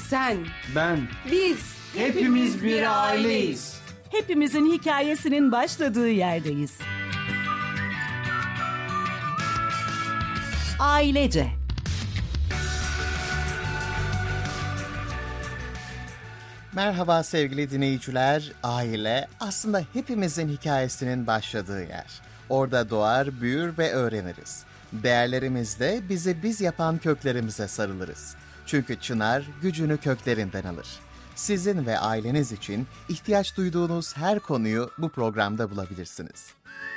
sen, ben, biz hepimiz bir aileyiz. Hepimizin hikayesinin başladığı yerdeyiz. Ailece. Merhaba sevgili dinleyiciler. Aile aslında hepimizin hikayesinin başladığı yer. Orada doğar, büyür ve öğreniriz. Değerlerimizde bizi biz yapan köklerimize sarılırız. Çünkü çınar gücünü köklerinden alır. Sizin ve aileniz için ihtiyaç duyduğunuz her konuyu bu programda bulabilirsiniz.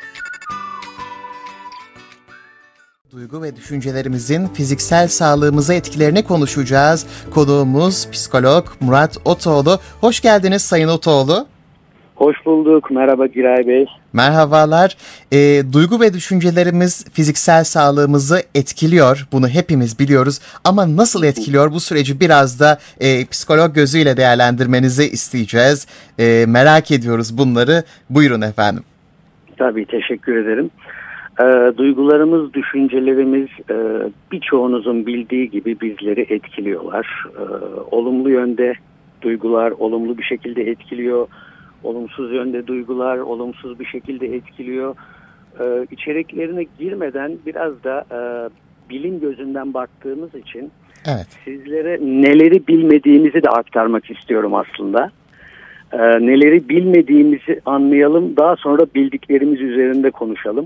Duygu ve düşüncelerimizin fiziksel sağlığımıza etkilerini konuşacağız. Konuğumuz psikolog Murat Otoğlu. Hoş geldiniz Sayın Otoğlu. Hoş bulduk. Merhaba Giray Bey. Merhabalar. Duygu ve düşüncelerimiz fiziksel sağlığımızı etkiliyor. Bunu hepimiz biliyoruz. Ama nasıl etkiliyor? Bu süreci biraz da psikolog gözüyle değerlendirmenizi isteyeceğiz. Merak ediyoruz bunları. Buyurun efendim. Tabii, teşekkür ederim. Duygularımız, düşüncelerimiz birçoğunuzun bildiği gibi bizleri etkiliyorlar. Olumlu yönde duygular olumlu bir şekilde etkiliyor. Olumsuz yönde duygular olumsuz bir şekilde etkiliyor. İçeriklerine girmeden biraz da bilim gözünden baktığımız için evet, sizlere neleri bilmediğimizi de aktarmak istiyorum aslında. Neleri bilmediğimizi anlayalım, daha sonra bildiklerimiz üzerinde konuşalım.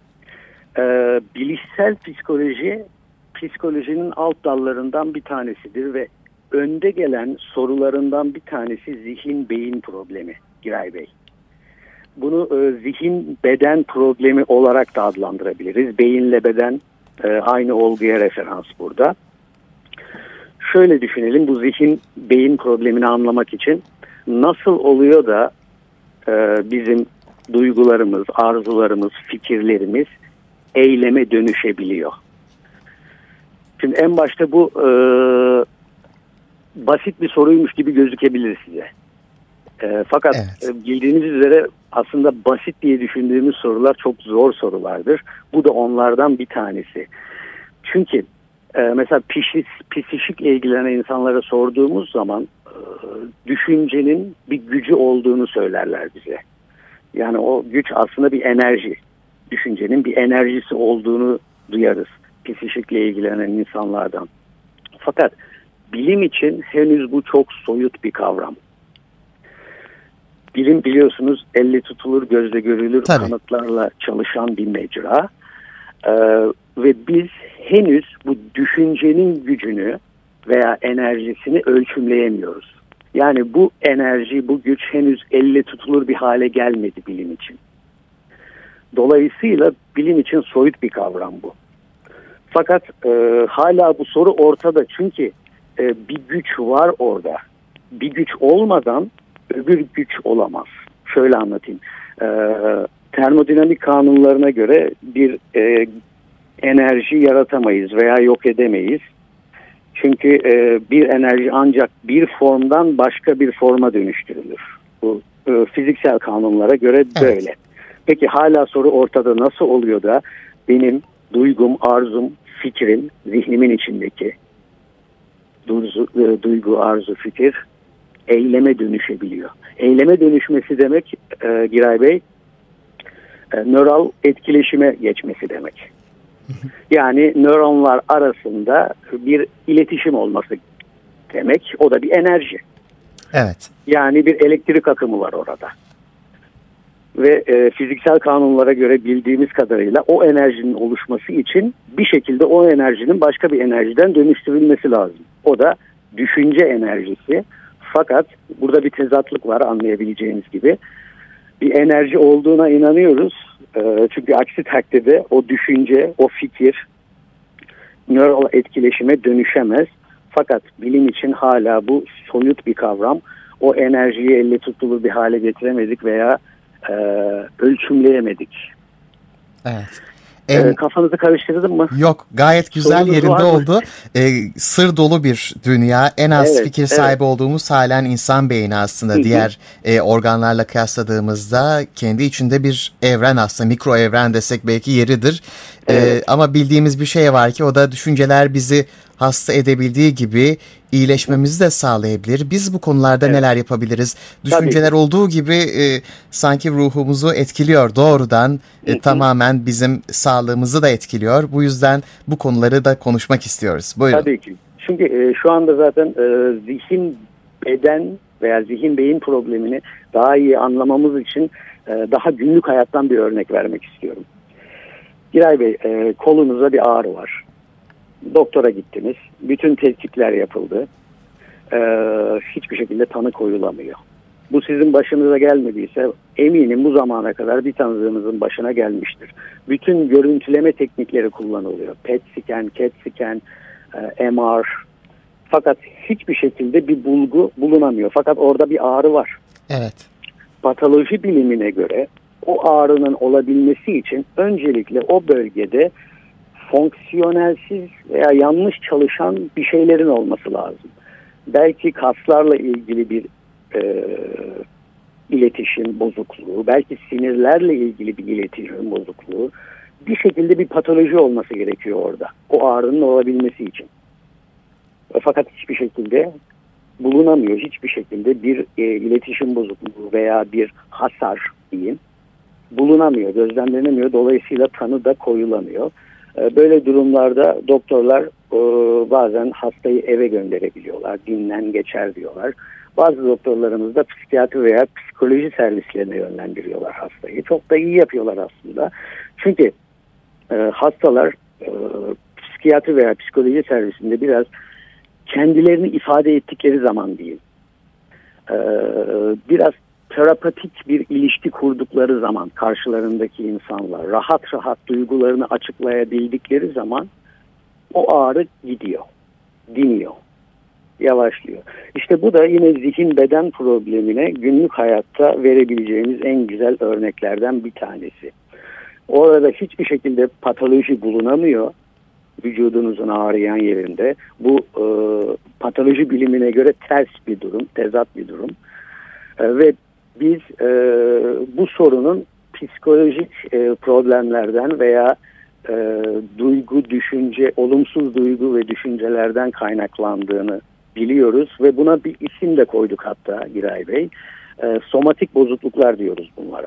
Bilişsel psikoloji, psikolojinin alt dallarından bir tanesidir ve önde gelen sorularından bir tanesi zihin-beyin problemi Giray Bey. Bunu zihin-beden problemi olarak da adlandırabiliriz. Beyinle beden aynı olguya referans burada. Şöyle düşünelim, bu zihin-beyin problemini anlamak için nasıl oluyor da bizim duygularımız, arzularımız, fikirlerimiz eyleme dönüşebiliyor. Şimdi en başta bu basit bir soruymuş gibi gözükebilir size. Fakat evet, bildiğiniz üzere aslında basit diye düşündüğümüz sorular çok zor sorulardır. Bu da onlardan bir tanesi. Çünkü mesela psikikle ilgilenen insanlara sorduğumuz zaman düşüncenin bir gücü olduğunu söylerler bize. Yani o güç aslında bir enerji. Düşüncenin bir enerjisi olduğunu duyarız psikikle ilgilenen insanlardan. Fakat bilim için henüz bu çok soyut bir kavram. Bilim biliyorsunuz elle tutulur, gözle görülür kanıtlarla çalışan bir mecra. Ve biz henüz bu düşüncenin gücünü veya enerjisini ölçümleyemiyoruz. Yani bu enerji, bu güç henüz elle tutulur bir hale gelmedi bilim için. Dolayısıyla bilim için soyut bir kavram bu. Fakat hala bu soru ortada çünkü bir güç var orada. Bir güç olmadan öbür güç olamaz. Şöyle anlatayım. Termodinamik kanunlarına göre bir enerji yaratamayız veya yok edemeyiz. Çünkü bir enerji ancak bir formdan başka bir forma dönüştürülür. Bu fiziksel kanunlara göre böyle. Evet. Peki hala soru ortada, nasıl oluyor da benim duygum, arzum, fikrim, zihnimin içindeki duygu, arzu, fikir eyleme dönüşebiliyor. Eyleme dönüşmesi demek Giray Bey, nöral etkileşime geçmesi demek. Yani nöronlar arasında bir iletişim olması demek. O da bir enerji. Evet. Yani bir elektrik akımı var orada. Ve fiziksel kanunlara göre bildiğimiz kadarıyla o enerjinin oluşması için bir şekilde o enerjinin başka bir enerjiden dönüştürülmesi lazım. O da düşünce enerjisi. Fakat burada bir tezatlık var anlayabileceğiniz gibi. Bir enerji olduğuna inanıyoruz. Çünkü aksi takdirde o düşünce, o fikir nöral etkileşime dönüşemez. Fakat bilim için hala bu soyut bir kavram. O enerjiyi elle tutulur bir hale getiremedik veya ölçümleyemedik. Evet. Kafanızı karıştırdın mı? Yok, gayet güzel sorunuz yerinde oldu. Sır dolu bir dünya. En az fikir sahibi olduğumuz halen insan beyni aslında. Hı-hı. Diğer organlarla kıyasladığımızda kendi içinde bir evren aslında. Mikro evren desek belki yeridir. Ama bildiğimiz bir şey var ki o da düşünceler bizi hasta edebildiği gibi iyileşmemizi de sağlayabilir. Biz bu konularda neler yapabiliriz? Düşünceler olduğu gibi sanki ruhumuzu etkiliyor doğrudan. Tamamen bizim sağlığımızı da etkiliyor. Bu yüzden bu konuları da konuşmak istiyoruz. Buyurun. Tabii ki. Çünkü şu anda zaten zihin beden veya zihin beyin problemini daha iyi anlamamız için daha günlük hayattan bir örnek vermek istiyorum. Giray Bey, kolunuzda bir ağrı var. Doktora gittiniz. Bütün tetkikler yapıldı. Hiçbir şekilde tanı koyulamıyor. Bu sizin başınıza gelmediyse eminim bu zamana kadar bir tanıdığınızın başına gelmiştir. Bütün görüntüleme teknikleri kullanılıyor. PET scan, CAT scan, MR. Fakat hiçbir şekilde bir bulgu bulunamıyor. Fakat orada bir ağrı var. Evet. Patoloji bilimine göre o ağrının olabilmesi için öncelikle o bölgede fonksiyonelsiz veya yanlış çalışan bir şeylerin olması lazım. Belki kaslarla ilgili bir iletişim bozukluğu, belki sinirlerle ilgili bir iletişim bozukluğu, bir şekilde bir patoloji olması gerekiyor orada. O ağrının olabilmesi için. Fakat hiçbir şekilde bulunamıyor. Hiçbir şekilde bir iletişim bozukluğu veya bir hasar diyeyim bulunamıyor, gözlemlenemiyor. Dolayısıyla tanı da koyulamıyor. Böyle durumlarda doktorlar bazen hastayı eve gönderebiliyorlar. Dinlen geçer diyorlar. Bazı doktorlarımız da psikiyatri veya psikoloji servislerine yönlendiriyorlar hastayı. Çok da iyi yapıyorlar aslında. Çünkü hastalar psikiyatri veya psikoloji servisinde biraz kendilerini ifade ettikleri zaman değil, biraz terapatik bir ilişki kurdukları zaman karşılarındaki insanlar rahat rahat duygularını açıklayabildikleri zaman o ağrı gidiyor, diniyor, yavaşlıyor. İşte bu da yine zihin beden problemine günlük hayatta verebileceğimiz en güzel örneklerden bir tanesi. Orada hiçbir şekilde patoloji bulunamıyor vücudunuzun ağrıyan yerinde. Bu patoloji bilimine göre ters bir durum, tezat bir durum. Ve biz bu sorunun psikolojik problemlerden veya duygu, düşünce, olumsuz duygu ve düşüncelerden kaynaklandığını biliyoruz ve buna bir isim de koyduk hatta Giray Bey. Somatik bozukluklar diyoruz bunlara.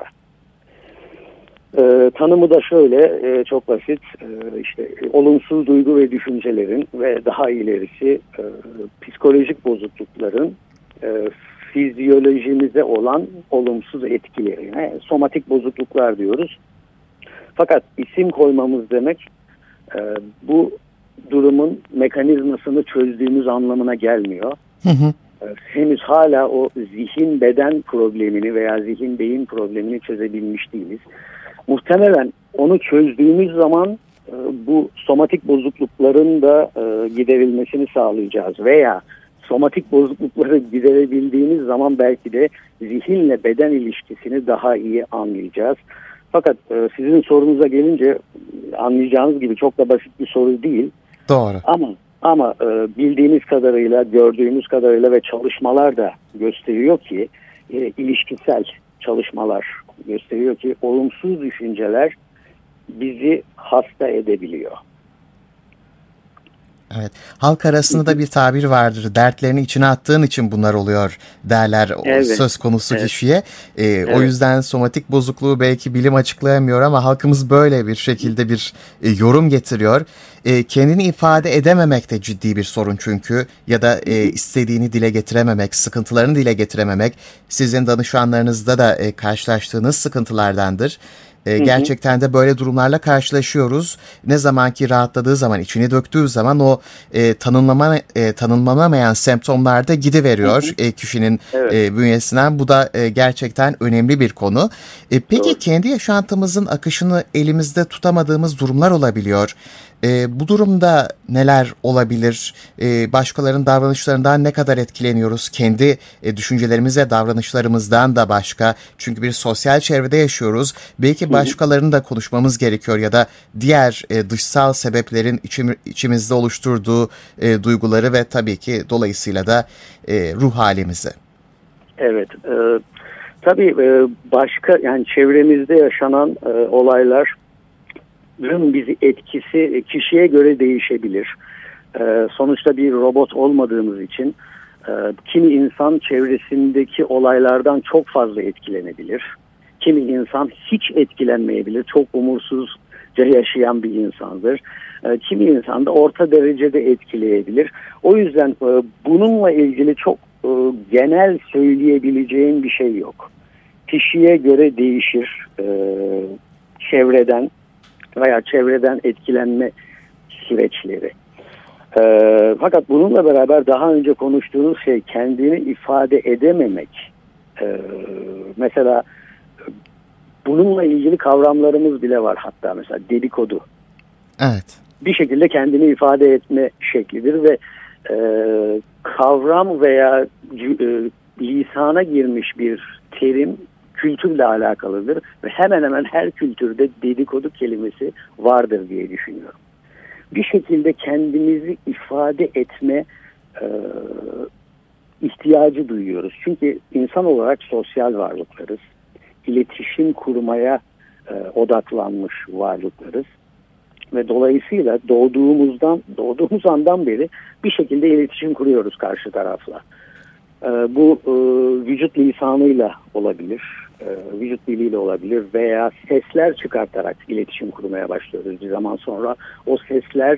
Tanımı da şöyle çok basit, işte olumsuz duygu ve düşüncelerin ve daha ilerisi psikolojik bozuklukların fizyolojimize olan olumsuz etkilerine somatik bozukluklar diyoruz. Fakat isim koymamız demek bu durumun mekanizmasını çözdüğümüz anlamına gelmiyor. Henüz hala o zihin beden problemini veya zihin beyin problemini çözebilmiş değiliz. Muhtemelen onu çözdüğümüz zaman bu somatik bozuklukların da giderilmesini sağlayacağız veya somatik bozuklukları giderebildiğimiz zaman belki de zihinle beden ilişkisini daha iyi anlayacağız. Fakat sizin sorunuza gelince anlayacağınız gibi çok da basit bir soru değil. Doğru. Ama bildiğimiz kadarıyla, gördüğümüz kadarıyla ve çalışmalar da gösteriyor ki ilişkisel çalışmalar gösteriyor ki olumsuz düşünceler bizi hasta edebiliyor. Evet. Halk arasında da bir tabir vardır. Dertlerini içine attığın için bunlar oluyor derler söz konusu kişiye. O yüzden somatik bozukluğu belki bilim açıklayamıyor ama halkımız böyle bir şekilde bir yorum getiriyor. Kendini ifade edememek de ciddi bir sorun çünkü ya da istediğini dile getirememek, sıkıntılarını dile getirememek sizin danışanlarınızda da karşılaştığınız sıkıntılardandır. Gerçekten de böyle durumlarla karşılaşıyoruz. Ne zaman ki rahatladığı zaman, içini döktüğü zaman o tanımlanamayan semptomlar da gidiveriyor kişinin bünyesinden. Bu da gerçekten önemli bir konu. Peki kendi yaşantımızın akışını elimizde tutamadığımız durumlar olabiliyor. Bu durumda neler olabilir? Başkalarının davranışlarından ne kadar etkileniyoruz? Kendi düşüncelerimiz ve davranışlarımızdan da başka. Çünkü bir sosyal çevrede yaşıyoruz. Belki başkalarını da konuşmamız gerekiyor ya da diğer dışsal sebeplerin içimizde oluşturduğu duyguları ve tabii ki dolayısıyla da ruh halimizi. Evet. Tabii başka yani çevremizde yaşanan olaylar bizi etkisi kişiye göre değişebilir. Sonuçta bir robot olmadığımız için kimi insan çevresindeki olaylardan çok fazla etkilenebilir. Kimi insan hiç etkilenmeyebilir. Çok umursuzca yaşayan bir insandır. Kimi insan da orta derecede etkileyebilir. O yüzden bununla ilgili çok genel söyleyebileceğim bir şey yok. Kişiye göre değişir. Çevreden veya çevreden etkilenme süreçleri. Fakat bununla beraber daha önce konuştuğunuz şey kendini ifade edememek. Mesela bununla ilgili kavramlarımız bile var, hatta mesela dedikodu. Evet. Bir şekilde kendini ifade etme şeklidir ve kavram veya lisana girmiş bir terim kültürle alakalıdır ve hemen hemen her kültürde dedikodu kelimesi vardır diye düşünüyorum. Bir şekilde kendimizi ifade etme ihtiyacı duyuyoruz. Çünkü insan olarak sosyal varlıklarız. İletişim kurmaya odaklanmış varlıklarız. Ve dolayısıyla doğduğumuz andan beri bir şekilde iletişim kuruyoruz karşı tarafla. Bu vücut lisanıyla olabilir, vücut diliyle olabilir veya sesler çıkartarak iletişim kurmaya başlıyoruz. Bir zaman sonra o sesler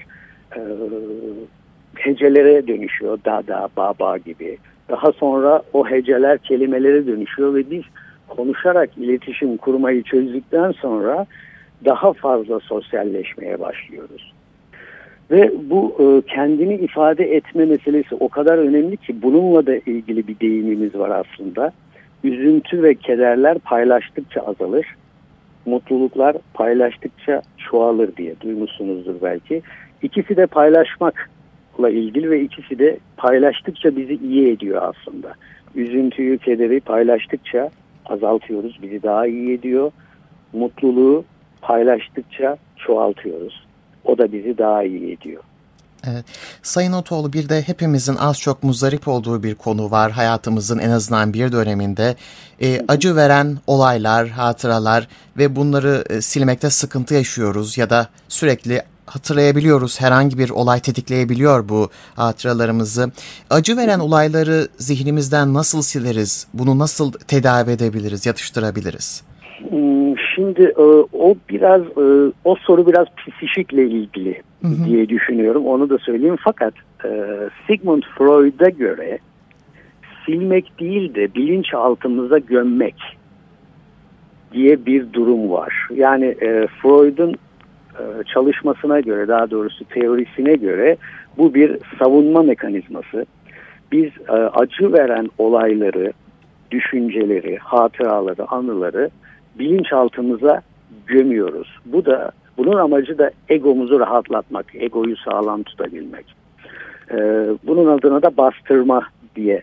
hecelere dönüşüyor, da, ba gibi. Daha sonra o heceler kelimelere dönüşüyor ve biz konuşarak iletişim kurmayı çözdükten sonra daha fazla sosyalleşmeye başlıyoruz. Ve bu kendini ifade etme meselesi o kadar önemli ki bununla da ilgili bir deyimimiz var aslında. Üzüntü ve kederler paylaştıkça azalır, mutluluklar paylaştıkça çoğalır diye duymuşsunuzdur belki. İkisi de paylaşmakla ilgili ve ikisi de paylaştıkça bizi iyi ediyor aslında. Üzüntüyü, kederi paylaştıkça azaltıyoruz, bizi daha iyi ediyor. Mutluluğu paylaştıkça çoğaltıyoruz. O da bizi daha iyi ediyor. Evet. Sayın Otoğlu, bir de hepimizin az çok muzdarip olduğu bir konu var hayatımızın en azından bir döneminde. Acı veren olaylar, hatıralar ve bunları silmekte sıkıntı yaşıyoruz ya da sürekli hatırlayabiliyoruz. Herhangi bir olay tetikleyebiliyor bu hatıralarımızı. Acı veren olayları zihnimizden nasıl sileriz? Bunu nasıl tedavi edebiliriz, yatıştırabiliriz? Şimdi o soru biraz psikikle ilgili diye düşünüyorum. Onu da söyleyeyim. Fakat Sigmund Freud'a göre silmek değil de bilinçaltımıza gömmek diye bir durum var. Yani Freud'un çalışmasına göre, daha doğrusu teorisine göre bu bir savunma mekanizması. Biz acı veren olayları, düşünceleri, hatıraları, anıları bilinçaltımıza gömüyoruz. Bunun amacı da egomuzu rahatlatmak, egoyu sağlam tutabilmek. Bunun adına da bastırma diye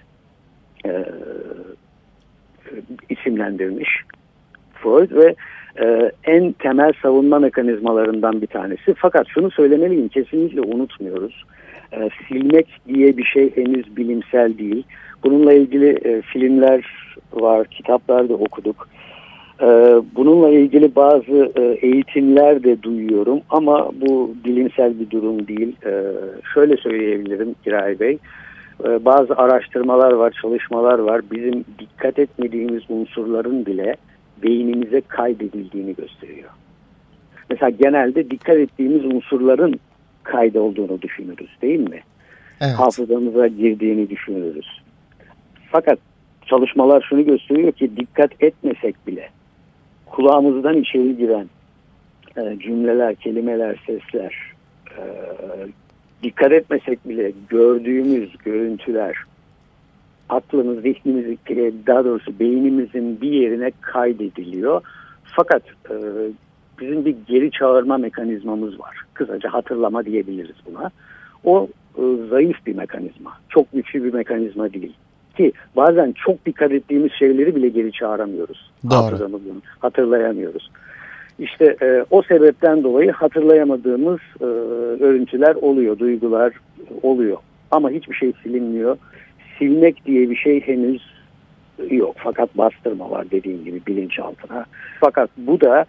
isimlendirmiş Freud ve en temel savunma mekanizmalarından bir tanesi. Fakat şunu söylemeliyim, kesinlikle unutmuyoruz. Silmek diye bir şey henüz bilimsel değil. Bununla ilgili filmler var, kitaplar da okuduk. Bununla ilgili bazı eğitimler de duyuyorum ama bu bilimsel bir durum değil. Şöyle söyleyebilirim Giray Bey. Bazı araştırmalar var, çalışmalar var. Bizim dikkat etmediğimiz unsurların bile beynimize kaydedildiğini gösteriyor. Mesela genelde dikkat ettiğimiz unsurların kaydolduğunu düşünürüz, değil mi? Evet. Hafızamıza girdiğini düşünürüz. Fakat çalışmalar şunu gösteriyor ki dikkat etmesek bile kulağımızdan içeri giren cümleler, kelimeler, sesler, dikkat etmesek bile gördüğümüz görüntüler aklımız, zihnimiz, daha doğrusu beynimizin bir yerine kaydediliyor. Fakat bizim bir geri çağırma mekanizmamız var. Kısaca hatırlama diyebiliriz buna. O zayıf bir mekanizma. Çok güçlü bir mekanizma değil. Ki bazen çok dikkat ettiğimiz şeyleri bile geri çağıramıyoruz. Doğru. Hatırlayamıyoruz. İşte o sebepten dolayı hatırlayamadığımız örüntüler oluyor, duygular oluyor. Ama hiçbir şey silinmiyor. Silmek diye bir şey henüz yok. Fakat bastırma var dediğim gibi bilinçaltına. Fakat bu da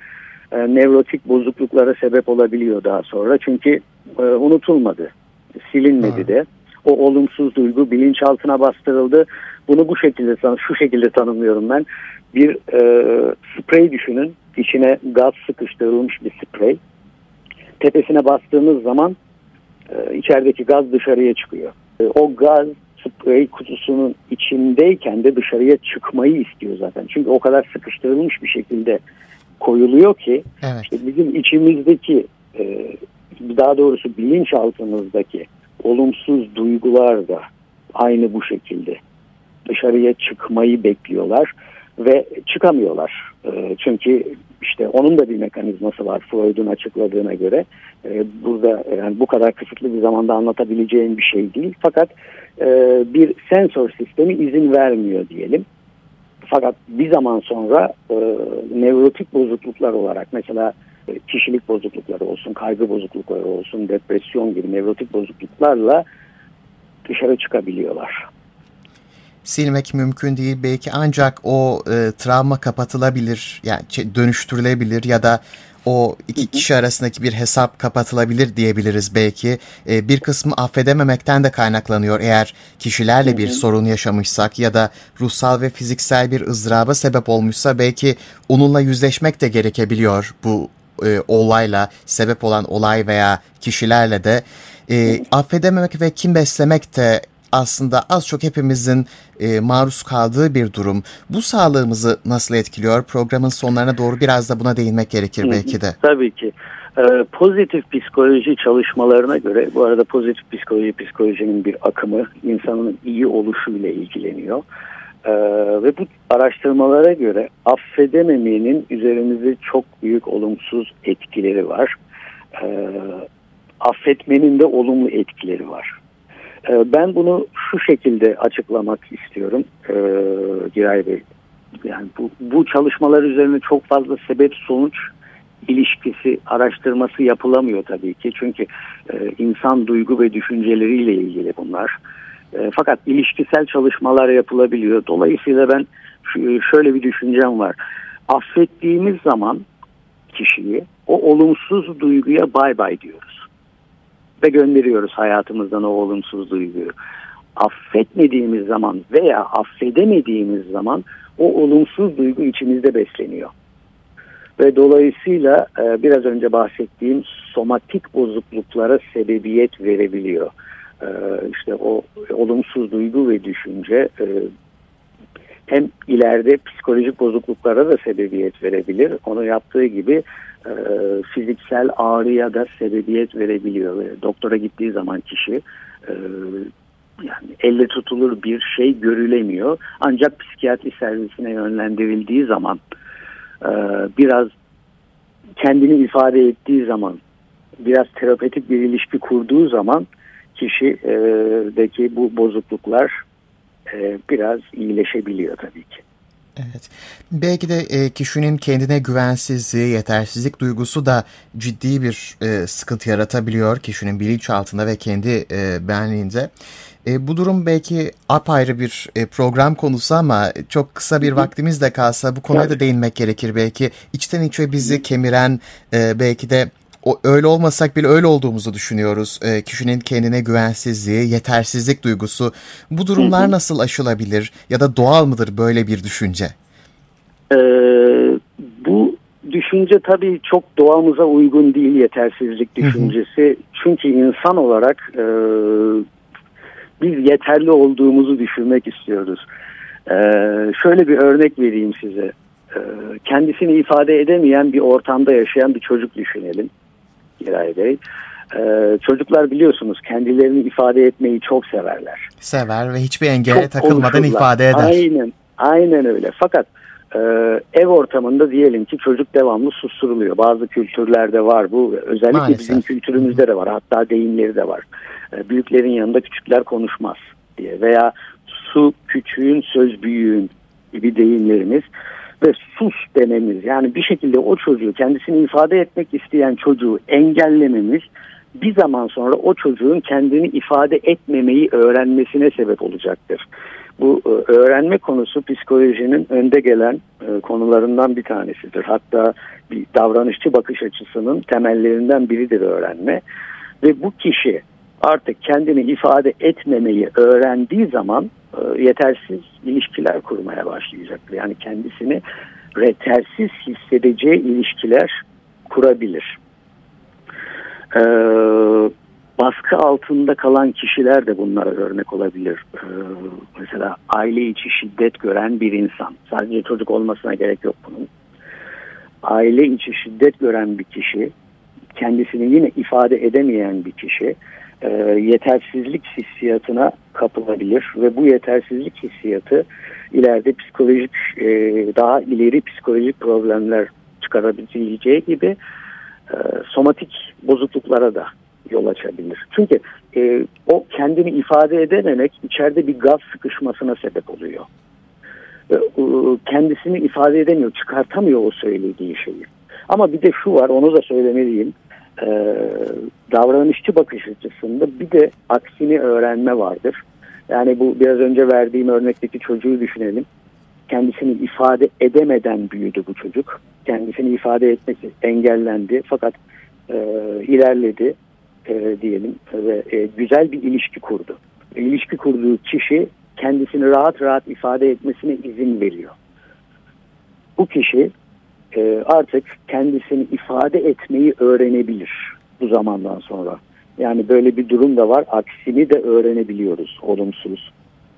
nevrotik bozukluklara sebep olabiliyor daha sonra. Çünkü unutulmadı, silinmedi de. O olumsuz duygu bilinçaltına bastırıldı. Bunu şu şekilde tanımlıyorum ben. Bir sprey düşünün. İçine gaz sıkıştırılmış bir sprey. Tepesine bastığınız zaman içerideki gaz dışarıya çıkıyor. O gaz sprey kutusunun içindeyken de dışarıya çıkmayı istiyor zaten. Çünkü o kadar sıkıştırılmış bir şekilde koyuluyor ki evet. işte bizim içimizdeki daha doğrusu bilinçaltımızdaki olumsuz duygular da aynı bu şekilde dışarıya çıkmayı bekliyorlar ve çıkamıyorlar. Çünkü işte onun da bir mekanizması var Freud'un açıkladığına göre. Burada yani bu kadar kısıtlı bir zamanda anlatabileceğim bir şey değil. Fakat bir sensör sistemi izin vermiyor diyelim. Fakat bir zaman sonra nevrotik bozukluklar olarak mesela kişilik bozuklukları olsun, kaygı bozuklukları olsun, depresyon gibi nevrotik bozukluklarla dışarı çıkabiliyorlar. Silmek mümkün değil belki ancak o travma kapatılabilir, yani dönüştürülebilir ya da o iki kişi arasındaki bir hesap kapatılabilir diyebiliriz belki. Bir kısmı affedememekten de kaynaklanıyor eğer kişilerle bir sorun yaşamışsak ya da ruhsal ve fiziksel bir ızdıraba sebep olmuşsa belki onunla yüzleşmek de gerekebiliyor bu olayla, sebep olan olay veya kişilerle de. Affedememek ve kin beslemek de aslında az çok hepimizin maruz kaldığı bir durum. Bu sağlığımızı nasıl etkiliyor? Programın sonlarına doğru biraz da buna değinmek gerekir belki de. Tabii ki. Pozitif psikoloji çalışmalarına göre, bu arada pozitif psikolojinin bir akımı insanın iyi oluşuyla ilgileniyor. Ve bu araştırmalara göre affedememenin üzerimizde çok büyük olumsuz etkileri var. Affetmenin de olumlu etkileri var. Ben bunu şu şekilde açıklamak istiyorum Giray Bey. Yani bu çalışmalar üzerine çok fazla sebep-sonuç ilişkisi araştırması yapılamıyor tabii ki. Çünkü insan duygu ve düşünceleriyle ilgili bunlar. Fakat ilişkisel çalışmalar yapılabiliyor. Dolayısıyla ben şöyle bir düşüncem var. Affettiğimiz zaman kişiyi o olumsuz duyguya bay bay diyoruz. Ve gönderiyoruz hayatımızdan o olumsuz duyguyu. Affetmediğimiz zaman veya affedemediğimiz zaman o olumsuz duygu içimizde besleniyor. Ve dolayısıyla biraz önce bahsettiğim somatik bozukluklara sebebiyet verebiliyor. İşte o olumsuz duygu ve düşünce hem ileride psikolojik bozukluklara da sebebiyet verebilir. Onu yaptığı gibi fiziksel ağrıya da sebebiyet verebiliyor. Doktora gittiği zaman kişi yani elle tutulur bir şey görülemiyor. Ancak psikiyatri servisine yönlendirildiği zaman biraz kendini ifade ettiği zaman, biraz terapötik bir ilişki kurduğu zaman kişideki bu bozukluklar biraz iyileşebiliyor tabii ki. Evet. Belki de kişinin kendine güvensizliği, yetersizlik duygusu da ciddi bir sıkıntı yaratabiliyor kişinin bilinçaltında ve kendi benliğinde. Bu durum belki apayrı bir program konusu ama çok kısa bir vaktimiz de kalsa bu konuya da değinmek gerekir belki. İçten içe bizi kemiren belki de öyle olmasak bile öyle olduğumuzu düşünüyoruz. Kişinin kendine güvensizliği, yetersizlik duygusu. Bu durumlar nasıl aşılabilir ya da doğal mıdır böyle bir düşünce? Bu düşünce tabii çok doğamıza uygun değil, yetersizlik düşüncesi. Çünkü insan olarak biz yeterli olduğumuzu düşünmek istiyoruz. Şöyle bir örnek vereyim size. Kendisini ifade edemeyen bir ortamda yaşayan bir çocuk düşünelim. Giray Bey. Çocuklar biliyorsunuz kendilerini ifade etmeyi çok severler. Sever ve hiçbir engele çok takılmadan konuşurlar. ifade eder. Aynen öyle. Fakat ev ortamında diyelim ki çocuk devamlı susturuluyor. Bazı kültürlerde var bu. Özellikle maalesef bizim kültürümüzde de var. Hatta deyimleri de var. Büyüklerin yanında küçükler konuşmaz diye. Veya su küçüğün söz büyüğün gibi deyimlerimiz. Ve sus dememiz, yani bir şekilde o çocuğu, kendisini ifade etmek isteyen çocuğu engellememiz bir zaman sonra o çocuğun kendini ifade etmemeyi öğrenmesine sebep olacaktır. Bu öğrenme konusu psikolojinin önde gelen konularından bir tanesidir. Hatta bir davranışçı bakış açısının temellerinden biridir öğrenme. Ve bu kişi artık kendini ifade etmemeyi öğrendiği zaman yetersiz ilişkiler kurmaya başlayacaktır. Yani kendisini yetersiz hissedeceği ilişkiler kurabilir. Baskı altında kalan kişiler de bunlara örnek olabilir. Mesela aile içi şiddet gören bir insan. Sadece çocuk olmasına gerek yok bunun. Aile içi şiddet gören bir kişi, kendisini yine ifade edemeyen bir kişi yetersizlik hissiyatına kapılabilir ve bu yetersizlik hissiyatı ileride psikolojik daha ileri psikolojik problemler çıkarabileceği gibi somatik bozukluklara da yol açabilir. Çünkü o kendini ifade edememek içeride bir gaz sıkışmasına sebep oluyor. Kendisini ifade edemiyor, çıkartamıyor o söylediği şeyi. Ama bir de şu var, onu da söylemeliyim. Davranışçı bakış açısında bir de aksini öğrenme vardır. Yani bu biraz önce verdiğim örnekteki çocuğu düşünelim. Kendisini ifade edemeden büyüdü bu çocuk. Kendisini ifade etmesi engellendi fakat ilerledi diyelim ve güzel bir ilişki kurdu. İlişki kurduğu kişi kendisini rahat rahat ifade etmesine izin veriyor. Bu kişi artık kendisini ifade etmeyi öğrenebilir bu zamandan sonra. Yani böyle bir durum da var. Aksini de öğrenebiliyoruz. Olumsuz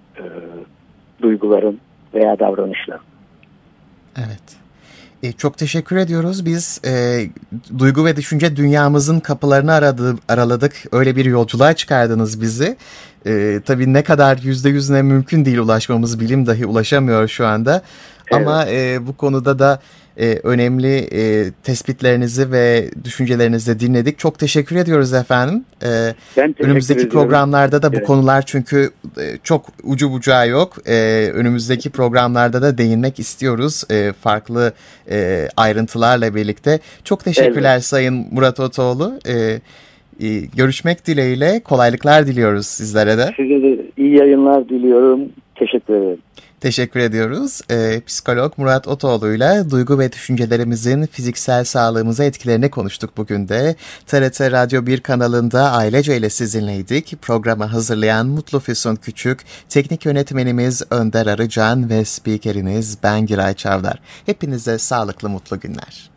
duyguların veya davranışların. Evet. Çok teşekkür ediyoruz. Biz duygu ve düşünce dünyamızın kapılarını araladık. Öyle bir yolculuğa çıkardınız bizi. Tabii ne kadar %100'üne mümkün değil ulaşmamız. Bilim dahi ulaşamıyor şu anda. Evet. Ama bu konuda da önemli tespitlerinizi ve düşüncelerinizi de dinledik. Çok teşekkür ediyoruz efendim. Önümüzdeki programlarda da bu konular çünkü çok ucu bucağı yok. Önümüzdeki programlarda da değinmek istiyoruz. Farklı ayrıntılarla birlikte. Çok teşekkürler evet. Sayın Murat Otoğlu. Görüşmek dileğiyle kolaylıklar diliyoruz sizlere de. Size de iyi yayınlar diliyorum. Teşekkür ederim. Teşekkür ediyoruz. Psikolog Murat Otoğlu'yla duygu ve düşüncelerimizin fiziksel sağlığımıza etkilerini konuştuk bugün de. TRT Radyo 1 kanalında ailece ile sizinleydik. Programı hazırlayan Mutlu Füsun Küçük, teknik yönetmenimiz Önder Arıcan ve spikeriniz ben Giray Çavdar. Hepinize sağlıklı mutlu günler.